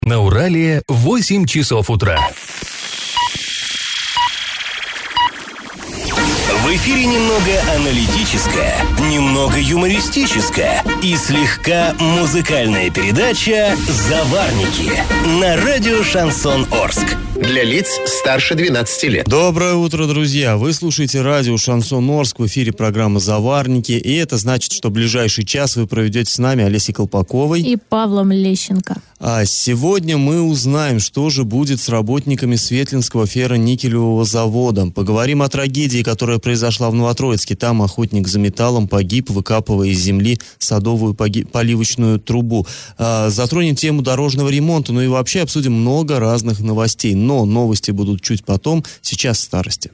На Урале 8 часов утра. В эфире немного аналитическая, немного юмористическая и слегка музыкальная передача «Заварники» на радио «Шансон Орск». Для лиц старше 12 лет. Доброе утро, друзья! Вы слушаете радио «Шансон Орск», в эфире программа «Заварники». И это значит, что ближайший час вы проведете с нами Олесей Колпаковой и Павлом Лещенко. А сегодня мы узнаем, что же будет с работниками Светлинского ферроникелевого завода. Поговорим о трагедии, которая произошла в Новотроицке. Там охотник за металлом погиб, выкапывая из земли садовую поливочную трубу. Затронем тему дорожного ремонта, ну и вообще обсудим много разных новостей. Но новости будут чуть потом, сейчас старости.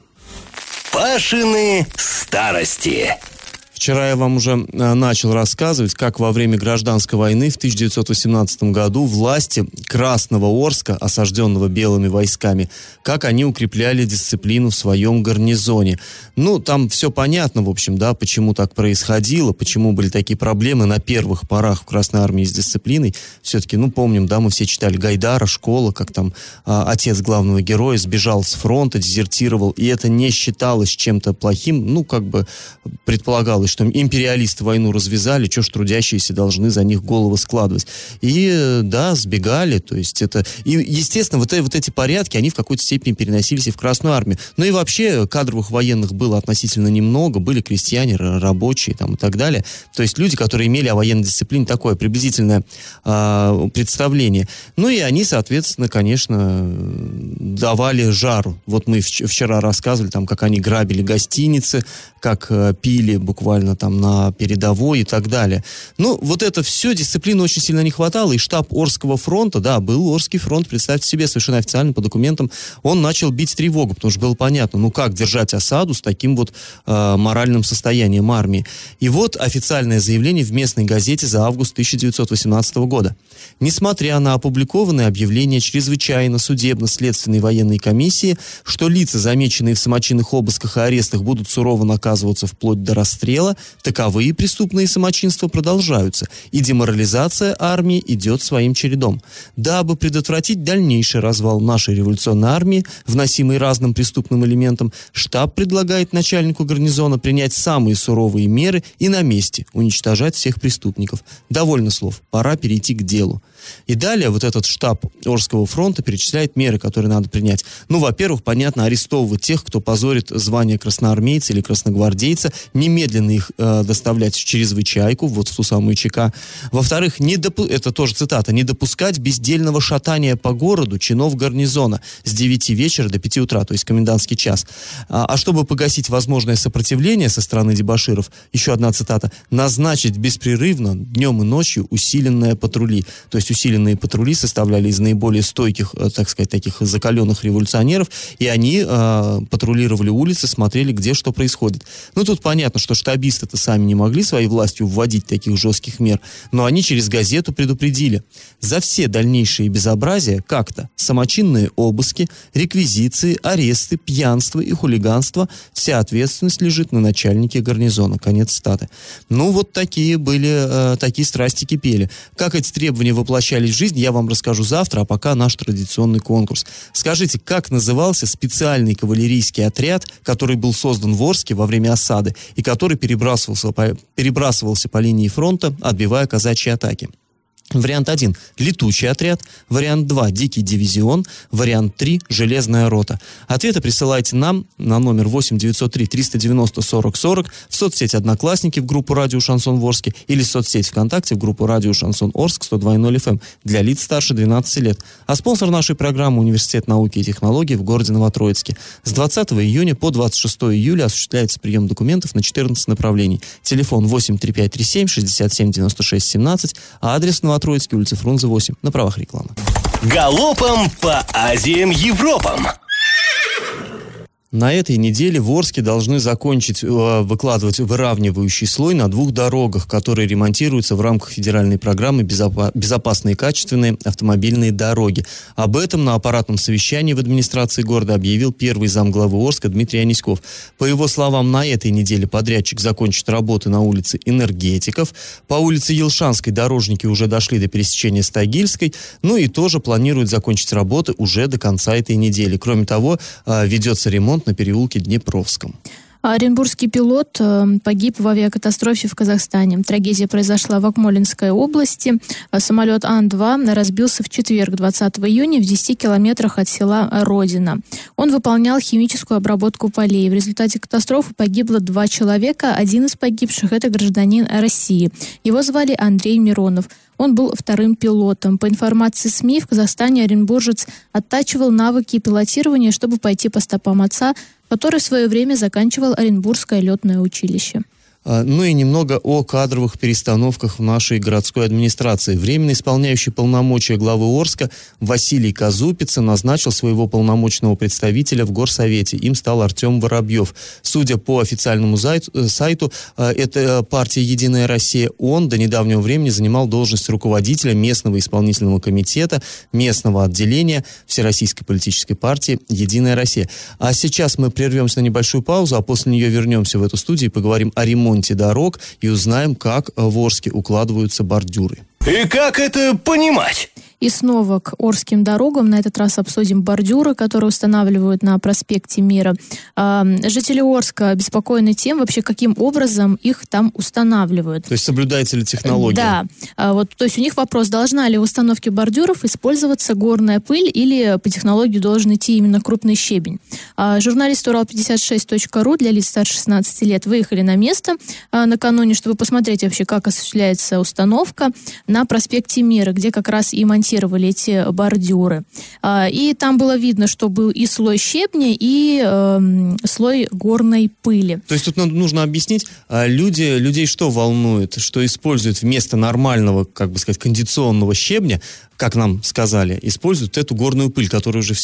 Пашины старости. Вчера я вам уже начал рассказывать, как во время гражданской войны в 1918 году власти Красного Орска, осажденного белыми войсками, как они укрепляли дисциплину в своем гарнизоне. Ну, там все понятно, в общем, да, почему так происходило, почему были такие проблемы на первых порах в Красной Армии с дисциплиной. Все-таки, ну, помним, да, мы все читали Гайдара, «Школа», как там отец главного героя сбежал с фронта, дезертировал, и это не считалось чем-то плохим, ну, как бы предполагалось, что империалисты войну развязали, что ж трудящиеся должны за них головы складывать. И, да, сбегали, то есть это... И, естественно, вот эти порядки, они в какой-то степени переносились и в Красную Армию. Ну и вообще кадровых военных было относительно немного, были крестьяне, рабочие там и так далее. То есть люди, которые имели о военной дисциплине такое приблизительное представление. Ну и они, соответственно, конечно, давали жару. Вот мы вчера рассказывали, там, как они грабили гостиницы, как пили буквально там на передовой и так далее. Ну, вот это все, дисциплины очень сильно не хватало, и штаб Орского фронта, да, был Орский фронт, представьте себе, совершенно официально по документам, он начал бить тревогу, потому что было понятно, ну как держать осаду с таким вот моральным состоянием армии. И вот официальное заявление в местной газете за август 1918 года. Несмотря на опубликованное объявление чрезвычайно судебно-следственной военной комиссии, что лица, замеченные в самочинных обысках и арестах, будут сурово наказываться вплоть до расстрела, таковые преступные самочинства продолжаются, и деморализация армии идет своим чередом. Дабы предотвратить дальнейший развал нашей революционной армии, вносимый разным преступным элементам, штаб предлагает начальнику гарнизона принять самые суровые меры и на месте уничтожать всех преступников. Довольно слов, пора перейти к делу. И далее вот этот штаб Орского фронта перечисляет меры, которые надо принять. Ну, во-первых, понятно, арестовывать тех, кто позорит звание красноармейца или красногвардейца, немедленно их доставлять в чрезвычайку, вот в ту самую ЧК. Во-вторых, это тоже цитата, не допускать бездельного шатания по городу чинов гарнизона с 9 вечера до 5 утра, то есть комендантский час. А чтобы погасить возможное сопротивление со стороны дебоширов, еще одна цитата, назначить беспрерывно днем и ночью усиленные патрули. То есть усиленные патрули составляли из наиболее стойких, так сказать, таких закаленных революционеров, и они патрулировали улицы, смотрели, где что происходит. Ну, тут понятно, что штабисты-то сами не могли своей властью вводить таких жестких мер, но они через газету предупредили. За все дальнейшие безобразия как-то самочинные обыски, реквизиции, аресты, пьянство и хулиганство, вся ответственность лежит на начальнике гарнизона. Конец цитаты. Ну, вот такие были, такие страсти кипели. Как эти требования воплощались в жизнь, я вам расскажу завтра, а пока наш традиционный конкурс. Скажите, как назывался специальный кавалерийский отряд, который был создан в Орске во время осады и который перебрасывался по линии фронта, отбивая казачьи атаки? Вариант 1 – летучий отряд. Вариант 2 – дикий дивизион. Вариант 3 – железная рота. Ответы присылайте нам на номер 8 903 390 40 40 в соцсеть «Одноклассники» в группу «Радио Шансон Орске» или в соцсеть ВКонтакте в группу «Радио Шансон Орск» 102.0 FM для лиц старше 12 лет. А спонсор нашей программы – Университет науки и технологий в городе Новотроицке. С 20 июня по 26 июля осуществляется прием документов на 14 направлений. Телефон 83537 67 96 17, а адрес Новотроицкий, улица Фрунзе, 8, на правах рекламы. Галопом по Азиям, Европам. На этой неделе в Орске должны закончить выкладывать выравнивающий слой на 2 дорогах, которые ремонтируются в рамках федеральной программы «Безопасные и качественные автомобильные дороги». Об этом на аппаратном совещании в администрации города объявил первый замглавы Орска Дмитрий Аниськов. По его словам, на этой неделе подрядчик закончит работы на улице Энергетиков. По улице Елшанской дорожники уже дошли до пересечения с Тагильской, ну и тоже планируют закончить работы уже до конца этой недели. Кроме того, ведется ремонт на переулке Днепровском. Оренбургский пилот погиб в авиакатастрофе в Казахстане. Трагедия произошла в Акмолинской области. Самолет Ан-2 разбился в четверг, 20 июня, в 10 километрах от села Родина. Он выполнял химическую обработку полей. В результате катастрофы погибло 2 человека. Один из погибших – это гражданин России. Его звали Андрей Миронов. Он был вторым пилотом. По информации СМИ, в Казахстане оренбуржец оттачивал навыки пилотирования, чтобы пойти по стопам отца, который в свое время заканчивал Оренбургское летное училище. Ну и немного о кадровых перестановках в нашей городской администрации. Временно исполняющий полномочия главы Орска Василий Казупица назначил своего полномочного представителя в горсовете. Им стал Артем Воробьев. Судя по официальному сайту, это партия «Единая Россия». Он до недавнего времени занимал должность руководителя местного исполнительного комитета, местного отделения Всероссийской политической партии «Единая Россия». А сейчас мы прервемся на небольшую паузу, а после нее вернемся в эту студию и поговорим о ремонте дорог и узнаем, как в Орске укладываются бордюры. И как это понимать? И снова к Орским дорогам. На этот раз обсудим бордюры, которые устанавливают на проспекте Мира. Жители Орска обеспокоены тем, вообще, каким образом их там устанавливают. То есть соблюдается ли технология? Да. То есть у них вопрос, должна ли в установке бордюров использоваться горная пыль или по технологии должен идти именно крупный щебень. Журналисты Урал56.ру для лиц старше 16 лет выехали на место накануне, чтобы посмотреть вообще, как осуществляется установка на проспекте Мира, где как раз и монтировали эти бордюры. И там было видно, что был и слой щебня, и слой горной пыли. То есть тут нужно объяснить, людей что волнует, что используют вместо нормального, как бы сказать, кондиционного щебня, как нам сказали, используют эту горную пыль, которая уже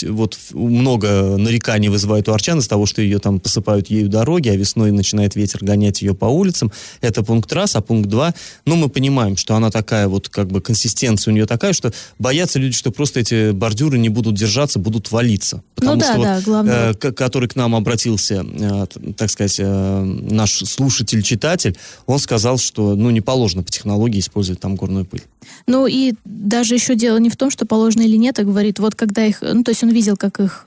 много нареканий вызывает у арчан из того, что ее там посыпают ею дороги, а весной начинает ветер гонять ее по улицам. Это пункт раз, а пункт 2, мы понимаем, что она такая консистенция у нее такая, что боятся люди, что просто эти бордюры не будут держаться, будут валиться. Потому что который к нам обратился, так сказать, наш слушатель-читатель, он сказал, что не положено по технологии использовать там горную пыль. И даже еще дело не в том, что положено или нет, а говорит, вот когда их, то есть он видел, как их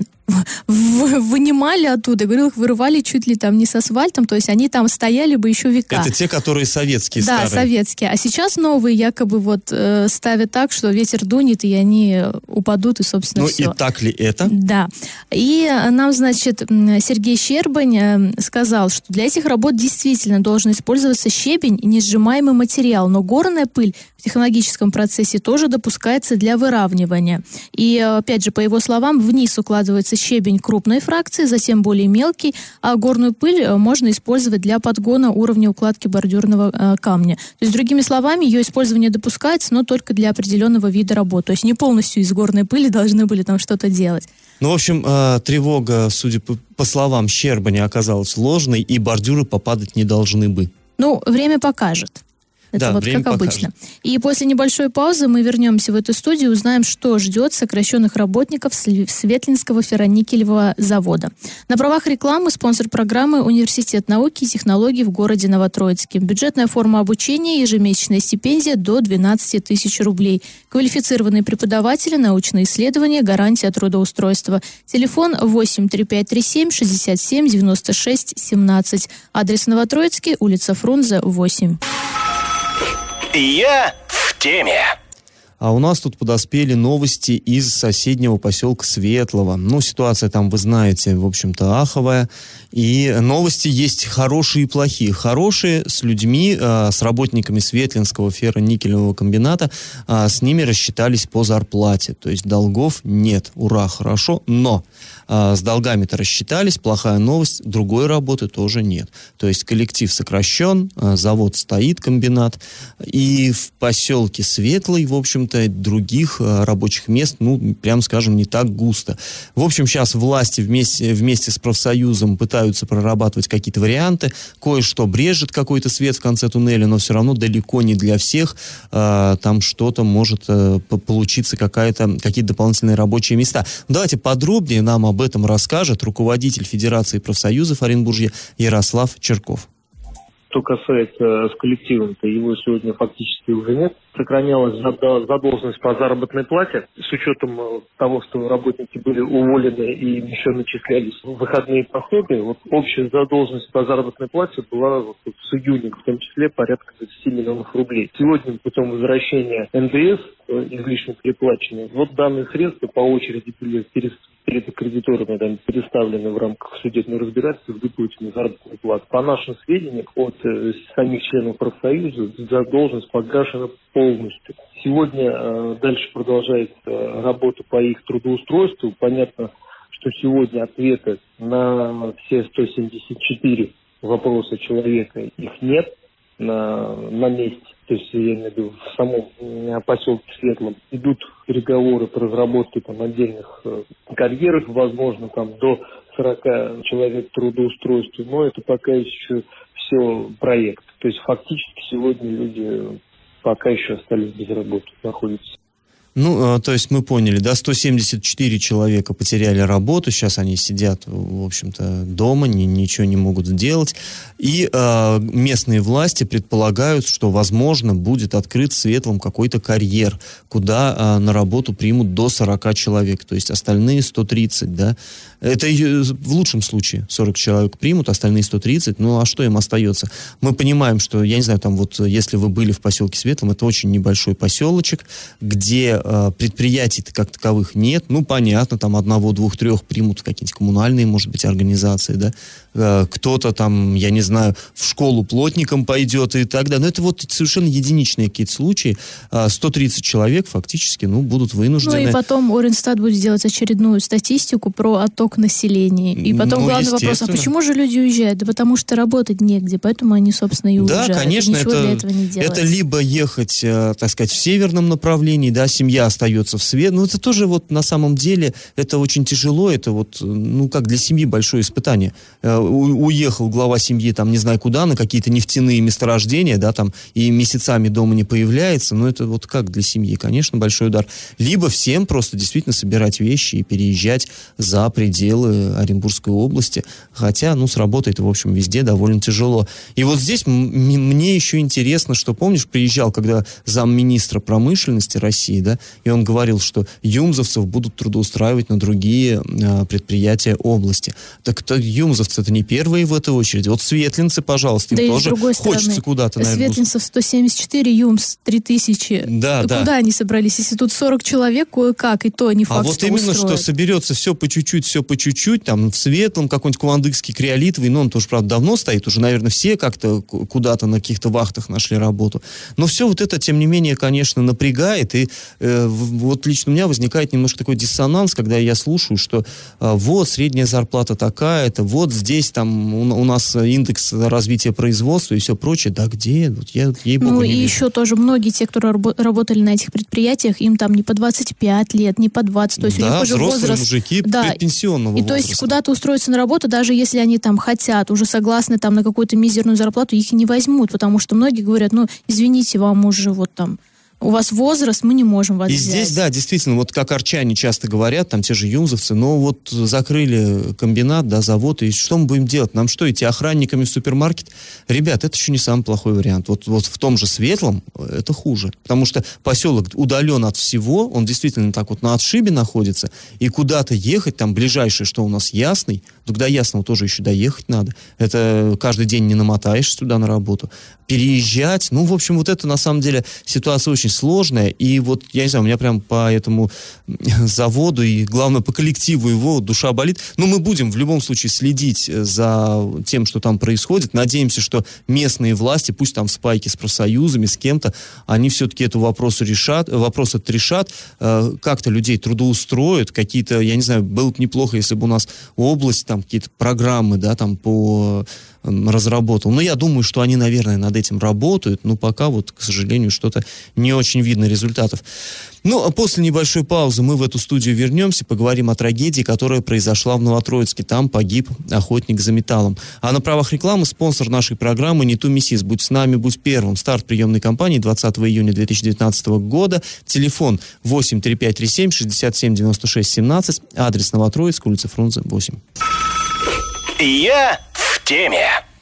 вынимали оттуда, говорил, их вырывали чуть ли там не с асфальтом, то есть они там стояли бы еще века. Это те, которые советские, старые. Да, советские. А сейчас новые якобы ставят так, что ветер дунет, и они упадут, и, собственно, все. И так ли это? Да. И нам, Сергей Щербань сказал, что для этих работ действительно должен использоваться щебень и несжимаемый материал, но горная пыль в технологическом процессе тоже допускается для выравнивания. И, опять же, по его словам, вниз укладывается щебень крупной фракции, затем более мелкий, а горную пыль можно использовать для подгона уровня укладки бордюрного камня. То есть, другими словами, ее использование допускается, но только для определенного вида работ. То есть не полностью из горной пыли должны были там что-то делать. В общем, тревога, судя по словам Щербаня, оказалась ложной, и бордюры попадать не должны бы. Время покажет. Это как обычно. И после небольшой паузы мы вернемся в эту студию и узнаем, что ждет сокращенных работников Светлинского ферроникелевого завода. На правах рекламы спонсор программы Университет науки и технологий в городе Новотроицке. Бюджетная форма обучения, ежемесячная стипендия до 12 тысяч рублей. Квалифицированные преподаватели, научные исследования, гарантия трудоустройства. Телефон 83537 67 96 17. Адрес Новотроицкий, улица Фрунзе, 8. Я в теме. А у нас тут подоспели новости из соседнего поселка Светлого. Ситуация там, вы знаете, в общем-то, аховая. И новости есть хорошие и плохие. Хорошие с людьми, с работниками Светлинского ферроникелевого комбината, с ними рассчитались по зарплате. То есть долгов нет. Ура, хорошо. Но с долгами-то рассчитались. Плохая новость, другой работы тоже нет. То есть коллектив сокращен, завод стоит, комбинат. И в поселке Светлый, в общем-то, общем-то, других рабочих мест, ну, прям скажем, не так густо. В общем, сейчас власти вместе с профсоюзом пытаются прорабатывать какие-то варианты, кое-что брежет какой-то свет в конце туннеля, но все равно далеко не для всех там что-то может получиться, какие-то дополнительные рабочие места. Давайте подробнее нам об этом расскажет руководитель Федерации профсоюзов Оренбуржья Ярослав Черков. Что касается с коллективом-то, его сегодня фактически уже нет. Сохранялась задолженность по заработной плате. С учетом того, что работники были уволены и еще начислялись выходные пособия, вот общая задолженность по заработной плате была с июня, в том числе порядка 20 миллионов рублей. Сегодня путем возвращения НДС излишне переплаченные, вот данные средства по очереди перед кредиторами переставлены в рамках судебного разбирательства в выплате заработной платы. По нашим сведениям, от самих членов профсоюза задолженность погашена полностью. Сегодня дальше продолжается работа по их трудоустройству. Понятно, что сегодня ответа на все 174 вопроса человека их нет на месте. То есть, я имею в виду, в самом поселке Светлом идут переговоры по разработке отдельных карьеров, возможно, до 40 человек трудоустройства, но это пока еще все проект. То есть, фактически сегодня люди пока еще остались без работы, находятся. Ну, то есть мы поняли, да, 174 человека потеряли работу, сейчас они сидят, в общем-то, дома, ничего не могут сделать, и местные власти предполагают, что, возможно, будет открыт в Светлом какой-то карьер, куда на работу примут до 40 человек, то есть остальные 130, да, это в лучшем случае 40 человек примут, остальные 130, ну, а что им остается? Мы понимаем, что, я не знаю, там вот, если вы были в поселке Светлом, это очень небольшой поселочек, где предприятий-то как таковых нет, ну, понятно, там 1, 2, 3 примут какие-нибудь коммунальные, может быть, организации, да, кто-то там, я не знаю, в школу плотником пойдет и так далее, но это вот совершенно единичные какие-то случаи, 130 человек фактически, ну, будут вынуждены. Ну, и потом Оренстат будет делать очередную статистику про отток населения, и потом главный вопрос, а почему же люди уезжают? Да потому что работать негде, поэтому они, собственно, и уезжают. Да, конечно, ничего для этого не делается. Это либо ехать, так сказать, в северном направлении, да, семья остается в свет. Ну, это тоже вот на самом деле, это очень тяжело, это вот, ну, как для семьи большое испытание. Уехал глава семьи, там, не знаю куда, на какие-то нефтяные месторождения, да, там, и месяцами дома не появляется, но это вот как для семьи, конечно, большой удар. Либо всем просто действительно собирать вещи и переезжать за пределы Оренбургской области, хотя, ну, с работой это, в общем, везде довольно тяжело. И вот здесь мне еще интересно, что, помнишь, приезжал, когда замминистра промышленности России, да, и он говорил, что юмзовцев будут трудоустраивать на другие предприятия области. Так юмзовцы это не первые в этой очереди. Вот светлинцы, пожалуйста, им тоже хочется куда-то, наверное. Светлинцев 174, юмс 3000. Да, да. Куда они собрались? Если тут 40 человек, кое-как, и то не факт, что устроят. А вот именно, что соберется все по чуть-чуть, там, в Светлом, какой-нибудь кувандыкский, криолитовый, но он тоже, правда, давно стоит, уже, наверное, все как-то куда-то на каких-то вахтах нашли работу. Но все вот это, тем не менее, конечно, напрягает, и вот лично у меня возникает немножко такой диссонанс, когда я слушаю, что вот средняя зарплата такая-то, вот здесь там у нас индекс развития производства и все прочее. Да где? Вот я, ей-богу, ну не и вижу. еще тоже многие те, кто работали на этих предприятиях, им там не по 25 лет, не по 20, то есть да, у них уже взрослые возраст... мужики предпенсионного и возраста. То есть куда-то устроиться на работу, даже если они там хотят, уже согласны там на какую-то мизерную зарплату, их и не возьмут, потому что многие говорят, ну, извините, вам уже вот там... У вас возраст, мы не можем вас взять. И здесь, да, действительно, вот как арчане часто говорят, там те же юмзовцы, но вот закрыли комбинат, да, завод, и что мы будем делать? Нам что, идти охранниками в супермаркет? Ребят, это еще не самый плохой вариант. Вот в том же Светлом это хуже, потому что поселок удален от всего, он действительно так вот на отшибе находится, и куда-то ехать, там ближайшее, что у нас Ясный, но до Ясного тоже еще доехать надо. Это каждый день не намотаешься туда на работу. Переезжать, ну, в общем, вот это на самом деле ситуация очень сложная, и вот, я не знаю, у меня прям по этому заводу и, главное, по коллективу его душа болит, но мы будем в любом случае следить за тем, что там происходит, надеемся, что местные власти, пусть там в спайке с профсоюзами, с кем-то, они все-таки этот вопрос этот решат, как-то людей трудоустроят, какие-то, я не знаю, было бы неплохо, если бы у нас область, там какие-то программы, да, там по разработал. Но я думаю, что они, наверное, над этим работают, но пока вот, к сожалению, что-то не очень видно результатов. Ну, а после небольшой паузы мы в эту студию вернемся, поговорим о трагедии, которая произошла в Новотроицке. Там погиб охотник за металлом. А на правах рекламы спонсор нашей программы «Нету Миссис». Будь с нами, будь первым. Старт приемной кампании 20 июня 2019 года. Телефон 83537 67 96 17. Адрес Новотроицк, улица Фрунзе, 8. Я в теме.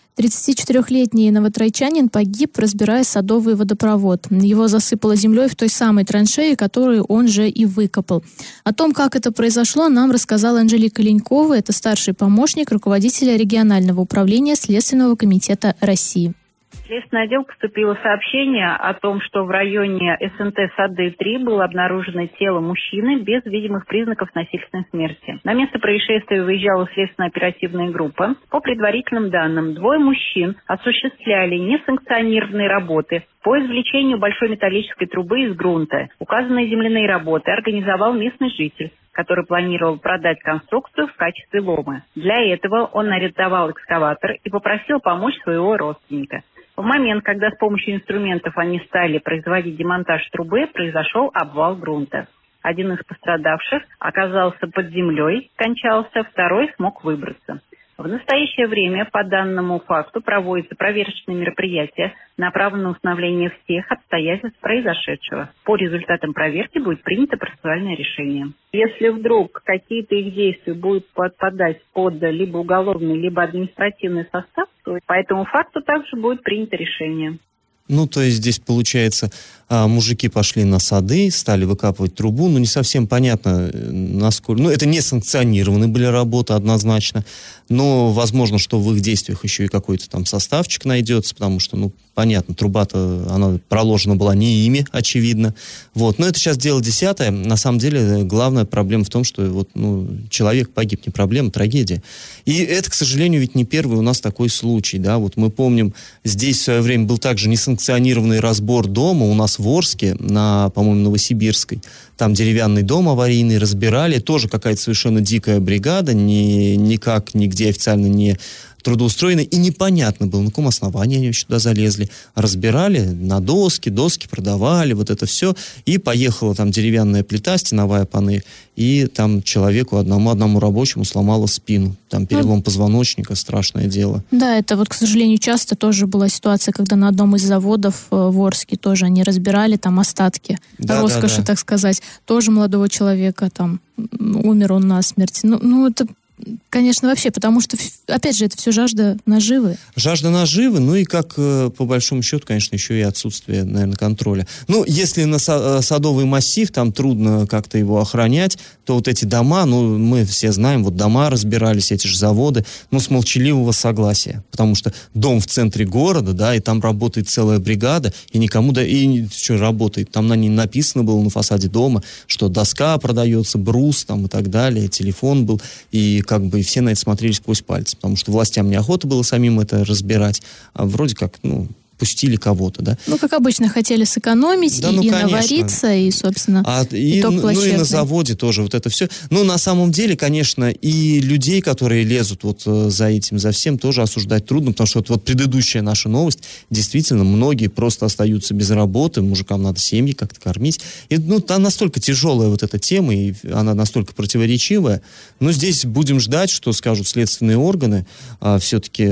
34-летний новотройчанин погиб, разбирая садовый водопровод. Его засыпало землей в той самой траншее, которую он же и выкопал. О том, как это произошло, нам рассказала Анжелика Ленькова. Это старший помощник руководителя регионального управления Следственного комитета России. В Следственный отдел поступило сообщение о том, что в районе СНТ Сады-3 было обнаружено тело мужчины без видимых признаков насильственной смерти. На место происшествия выезжала следственно-оперативная группа. По предварительным данным, двое мужчин осуществляли несанкционированные работы по извлечению большой металлической трубы из грунта. Указанные земляные работы организовал местный житель, который планировал продать конструкцию в качестве лома. Для этого он арендовал экскаватор и попросил помочь своего родственника. В момент, когда с помощью инструментов они стали производить демонтаж трубы, произошел обвал грунта. Один из пострадавших оказался под землей, скончался, второй смог выбраться. В настоящее время по данному факту проводятся проверочные мероприятия, направленные на установление всех обстоятельств произошедшего. По результатам проверки будет принято процессуальное решение. Если вдруг какие-то их действия будут подпадать под либо уголовный, либо административный состав, то по этому факту также будет принято решение. Ну, то есть здесь, получается, мужики пошли на сады, стали выкапывать трубу, но не совсем понятно, насколько... Ну, это не санкционированные были работы однозначно, но возможно, что в их действиях еще и какой-то там составчик найдется, потому что, ну, понятно, труба-то, она проложена была не ими, очевидно. Вот. Но это сейчас дело десятое. На самом деле, главная проблема в том, что вот, ну, человек погиб, не проблема, трагедия. И это, к сожалению, ведь не первый у нас такой случай, да. Вот мы помним, здесь в свое время был также несанкционированный разбор дома у нас в Орске, по-моему, Новосибирской. Там деревянный дом аварийный разбирали, тоже какая-то совершенно дикая бригада, никак нигде официально не трудоустроены, и непонятно было, на каком основании они туда залезли. Разбирали на доски продавали, вот это все, и поехала там деревянная плита, стеновая панель, и там человеку, одному рабочему сломало спину. Там перелом позвоночника, страшное дело. Да, это вот, к сожалению, часто тоже была ситуация, когда на одном из заводов в Орске тоже они разбирали там остатки роскоши, так сказать. Тоже молодого человека там умер он насмерть. Ну, это... Конечно, вообще, потому что, опять же, это все жажда наживы. Жажда наживы, ну и как, по большому счету, конечно, еще и отсутствие, наверное, контроля. Ну, если на садовый массив, там трудно как-то его охранять, то вот эти дома, ну, мы все знаем, вот дома разбирались, эти же заводы, ну, с молчаливого согласия. Потому что дом в центре города, да, и там работает целая бригада, и никому, да, и что работает, там на ней написано было на фасаде дома, что доска продается, брус там и так далее, телефон был, и как бы все на это смотрели сквозь пальцы, потому что властям неохота было самим это разбирать, а вроде как, ну, пустили кого-то, да. Ну, как обычно, хотели сэкономить, да, и навариться, и, собственно, итог плачевный. Ну, и на заводе тоже вот это все. Ну, на самом деле, конечно, и людей, которые лезут вот за этим, за всем, тоже осуждать трудно, потому что вот предыдущая наша новость, действительно, многие просто остаются без работы, мужикам надо семьи как-то кормить. И, ну, там настолько тяжелая вот эта тема, и она настолько противоречивая. Но здесь будем ждать, что скажут следственные органы. Все-таки,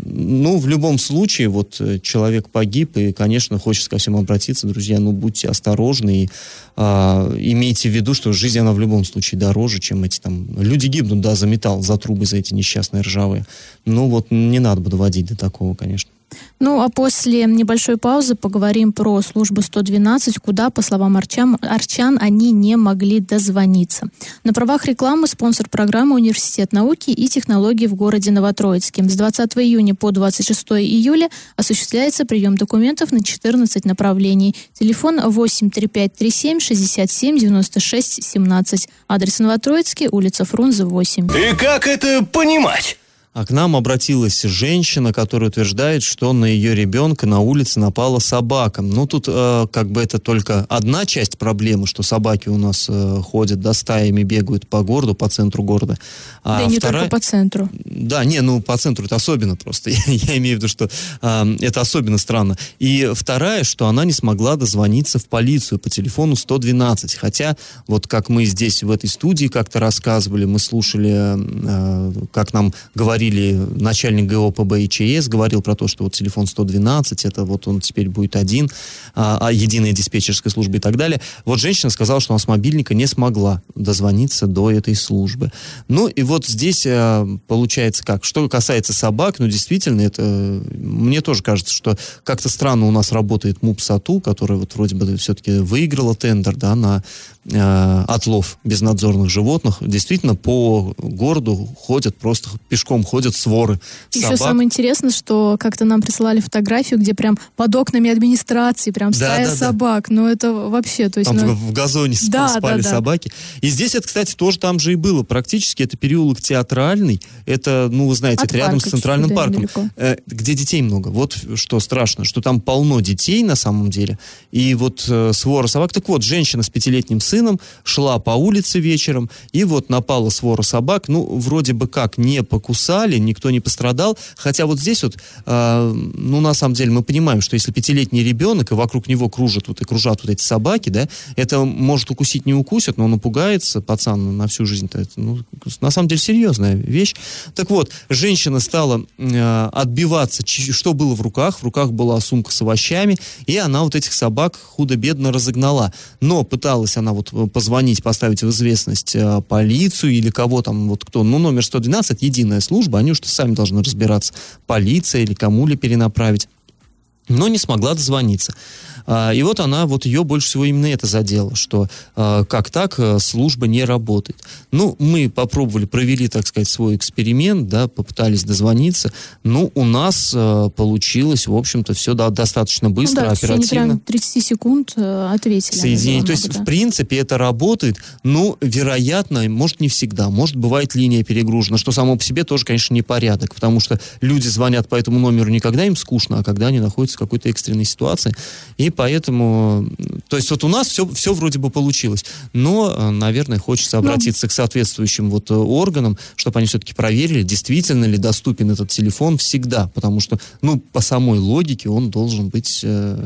ну, в любом случае, вот человек погиб, и, конечно, хочется ко всем обратиться, друзья, ну, будьте осторожны и имейте в виду, что жизнь, она в любом случае дороже, чем эти там... Люди гибнут, да, за металл, за трубы, за эти несчастные ржавые. Ну, вот не надо бы доводить до такого, конечно. Ну, а после небольшой паузы поговорим про службу 112, куда, по словам арчан, они не могли дозвониться. На правах рекламы спонсор программы «Университет науки и технологий» в городе Новотроицке. С 20 июня по 26 июля осуществляется прием документов на 14 направлений. Телефон 83537 67 96 17. Адрес Новотроицкий, улица Фрунзе, 8. И как это понимать? А к нам обратилась женщина, которая утверждает, что на ее ребенка на улице напала собака. Ну, тут как бы это только одна часть проблемы, что собаки у нас ходят, да, стаями бегают по городу, по центру города. Да, не только по центру. Да, по центру это особенно просто. Я имею в виду, что это особенно странно. И вторая, что она не смогла дозвониться в полицию по телефону 112. Хотя, вот как мы здесь в этой студии как-то рассказывали, мы слушали, как нам говорили, начальник ГОПБ и ЧС говорил про то, что вот телефон 112, это вот он теперь будет один, единая диспетчерская служба и так далее. Вот женщина сказала, что она с мобильника не смогла дозвониться до этой службы. Ну и вот здесь получается как? Что касается собак, действительно, это мне тоже кажется, что как-то странно у нас работает МУП САТУ, которая вот вроде бы все-таки выиграла тендер, да, на отлов безнадзорных животных. Действительно, по городу ходят, просто пешком ходят своры собак. Еще самое интересное, что как-то нам присылали фотографию, где прям под окнами администрации прям стая собак. Ну, это вообще... То есть, там в газоне спали собаки. И здесь это, кстати, тоже там же и было. Практически это переулок Театральный. Это, вы знаете, это рядом с Центральным парком, где детей много. Вот что страшно, что там полно детей на самом деле. И вот свора собак. Так вот, женщина с 5-летним сыном шла по улице вечером, и вот напала свора собак. Вроде бы как не покусали, никто не пострадал. Хотя вот здесь вот, на самом деле мы понимаем, что если 5-летний ребенок, и вокруг него кружат вот эти собаки, да, это может укусить, не укусит, но он напугается, пацан, на всю жизнь-то. Это, на самом деле серьезная вещь. Так вот, женщина стала отбиваться, что было в руках. В руках была сумка с овощами, и она вот этих собак худо-бедно разогнала. Но пыталась она вот позвонить, поставить в известность полицию или кого там, вот кто, номер 112, единая служба, они уж сами должны разбираться, полиция или кому-ли перенаправить, но не смогла дозвониться. И вот ее больше всего именно это задело, что как так служба не работает. Мы попробовали, провели, так сказать, свой эксперимент, да, попытались дозвониться. У нас получилось, в общем-то, все достаточно быстро, оперативно. В течение прям 30 секунд ответили. Соединение. То есть, в принципе, это работает, но, вероятно, может, не всегда. Может, бывает линия перегружена, что само по себе тоже, конечно, непорядок, потому что люди звонят по этому номеру не когда им скучно, а когда они находятся в какой-то экстренной ситуации. И поэтому, то есть вот у нас все вроде бы получилось, но, наверное, хочется обратиться к соответствующим вот органам, чтобы они все-таки проверили, действительно ли доступен этот телефон всегда, потому что, по самой логике он должен быть,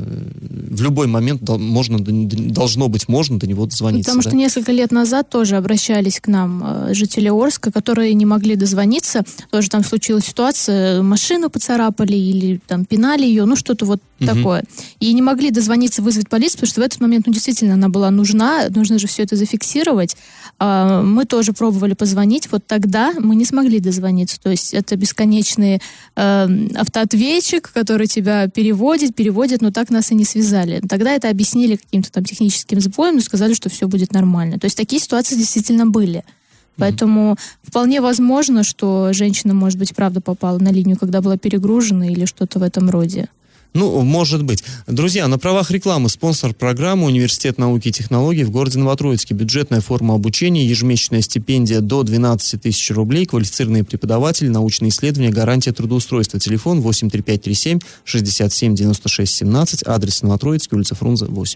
в любой момент должно быть можно до него дозвониться. Потому что несколько лет назад тоже обращались к нам жители Орска, которые не могли дозвониться, тоже там случилась ситуация, машину поцарапали или там пинали ее, что-то вот такое. И не могли дозвониться, вызвать полицию, потому что в этот момент, действительно, она была нужна, нужно же все это зафиксировать. Мы тоже пробовали позвонить, вот тогда мы не смогли дозвониться. То есть это бесконечный автоответчик, который тебя переводит, но так нас и не связали. Тогда это объяснили каким-то там техническим сбоем, но сказали, что все будет нормально. То есть такие ситуации действительно были. Поэтому вполне возможно, что женщина, может быть, правда попала на линию, когда была перегружена или что-то в этом роде. Может быть. Друзья, на правах рекламы спонсор программы Университет науки и технологий в городе Новотроицке. Бюджетная форма обучения, ежемесячная стипендия до 12 тысяч рублей, квалифицированные преподаватели, научные исследования, гарантия трудоустройства. Телефон 83537 67 96 17, адрес Новотроицкий, улица Фрунзе, 8.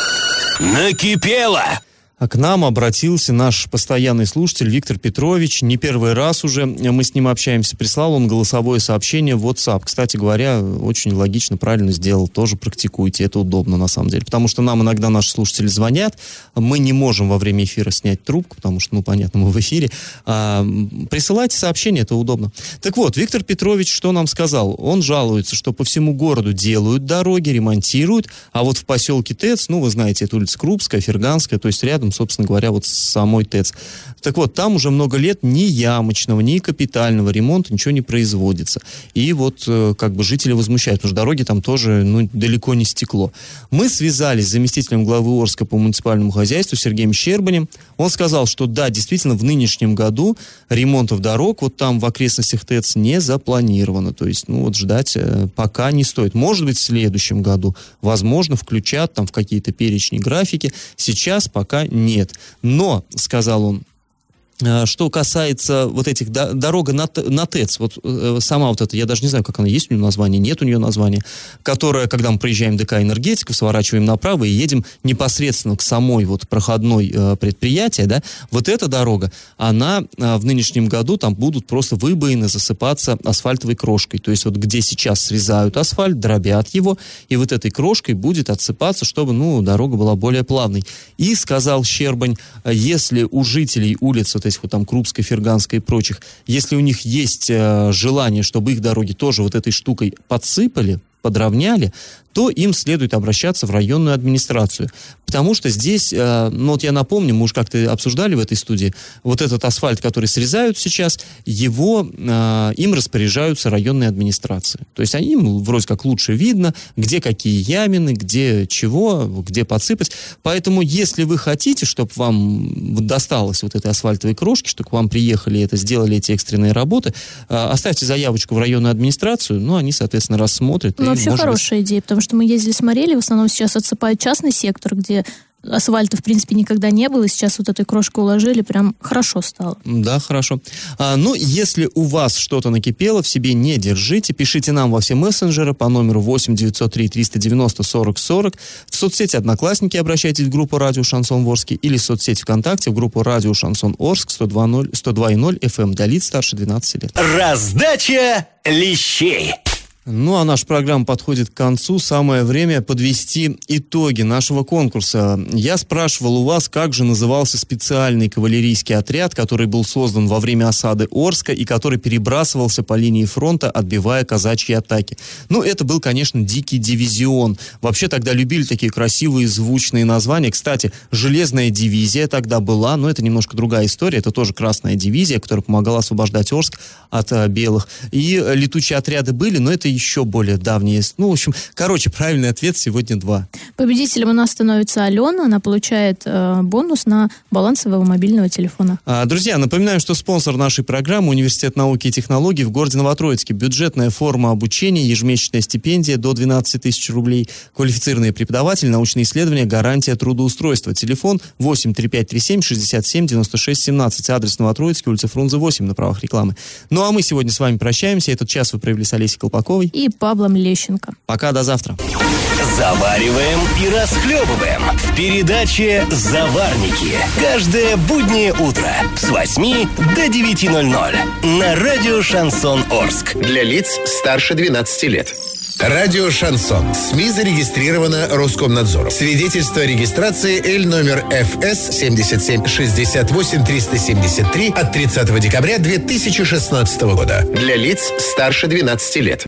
Накипело! А к нам обратился наш постоянный слушатель Виктор Петрович. Не первый раз уже мы с ним общаемся. Прислал он голосовое сообщение в WhatsApp. Кстати говоря, очень логично, правильно сделал. Тоже практикуйте. Это удобно на самом деле. Потому что нам иногда наши слушатели звонят. Мы не можем во время эфира снять трубку, потому что, понятно, мы в эфире. Присылайте сообщение, это удобно. Так вот, Виктор Петрович что нам сказал? Он жалуется, что по всему городу делают дороги, ремонтируют, а вот в поселке ТЭЦ, вы знаете, это улица Крупская, Ферганская, то есть рядом, собственно говоря, вот с самой ТЭЦ. Так вот, там уже много лет ни ямочного, ни капитального ремонта ничего не производится. И вот жители возмущают, потому что дороги там тоже далеко не стекло. Мы связались с заместителем главы Орска по муниципальному хозяйству Сергеем Щербанем. Он сказал, что да, действительно, в нынешнем году ремонтов дорог вот там в окрестностях ТЭЦ не запланировано. То есть, ждать пока не стоит. Может быть, в следующем году, возможно, включат там в какие-то перечни, графики. Сейчас пока нет. Но, сказал он, Что касается вот этих дорога на ТЭЦ, вот сама вот эта, я даже не знаю, как она, есть у нее название, нет у нее названия, которая, когда мы проезжаем ДК «Энергетика», сворачиваем направо и едем непосредственно к самой вот проходной предприятия, да, вот эта дорога, она в нынешнем году, там будут просто выбоины засыпаться асфальтовой крошкой, то есть вот где сейчас срезают асфальт, дробят его, и вот этой крошкой будет отсыпаться, чтобы, дорога была более плавной. И сказал Щербань, если у жителей улиц вот этих вот там Крупской, Ферганской и прочих, если у них есть желание, чтобы их дороги тоже вот этой штукой подсыпали, подровняли, то им следует обращаться в районную администрацию. Потому что здесь, вот я напомню, мы уже как-то обсуждали в этой студии, вот этот асфальт, который срезают сейчас, им распоряжаются районные администрации. То есть им вроде как лучше видно, где какие ямины, где чего, где подсыпать. Поэтому, если вы хотите, чтобы вам досталось вот этой асфальтовой крошки, чтобы к вам приехали и сделали эти экстренные работы, оставьте заявочку в районную администрацию, они, соответственно, рассмотрят. Вообще хорошая идея, потому что мы ездили, смотрели, в основном сейчас отсыпают частный сектор, где асфальта, в принципе, никогда не было, и сейчас вот этой крошкой уложили, прям хорошо стало. Да, хорошо. Если у вас что-то накипело, в себе не держите, пишите нам во все мессенджеры по номеру 8-903-390-40-40, в соцсети «Одноклассники» обращайтесь в группу «Радио Шансон Орск» или в соцсети ВКонтакте в группу «Радио Шансон Орск» 102.0 FM для лиц старше 12 лет. Раздача лещей. А наша программа подходит к концу. Самое время подвести итоги нашего конкурса. Я спрашивал у вас, как же назывался специальный кавалерийский отряд, который был создан во время осады Орска и который перебрасывался по линии фронта, отбивая казачьи атаки. Это был, конечно, Дикий дивизион. Вообще тогда любили такие красивые звучные названия. Кстати, Железная дивизия тогда была, но это немножко другая история. Это тоже Красная дивизия, которая помогала освобождать Орск от белых. И летучие отряды были, но это еще более давние. Правильный ответ сегодня 2. Победителем у нас становится Алена. Она получает бонус на баланс своего мобильного телефона. Друзья, напоминаем, что спонсор нашей программы — Университет науки и технологий в городе Новотроицке. Бюджетная форма обучения, ежемесячная стипендия до 12 тысяч рублей, квалифицированные преподаватели, научные исследования, гарантия трудоустройства. Телефон 83537-67-96-17. Адрес Новотроицкий, улица Фрунзе, 8 на правах рекламы. А мы сегодня с вами прощаемся. Этот час вы провели с Олесей Колпаковой и Павлом Лещенко. Пока, до завтра. Завариваем и расхлебываем в передаче «Заварники». Каждое буднее утро с 8 до 9:00 на радио «Шансон Орск». Для лиц старше 12 лет. Радио «Шансон». СМИ зарегистрировано Роскомнадзором. Свидетельство о регистрации Л номер ФС 7768373 от 30 декабря 2016 года. Для лиц старше 12 лет.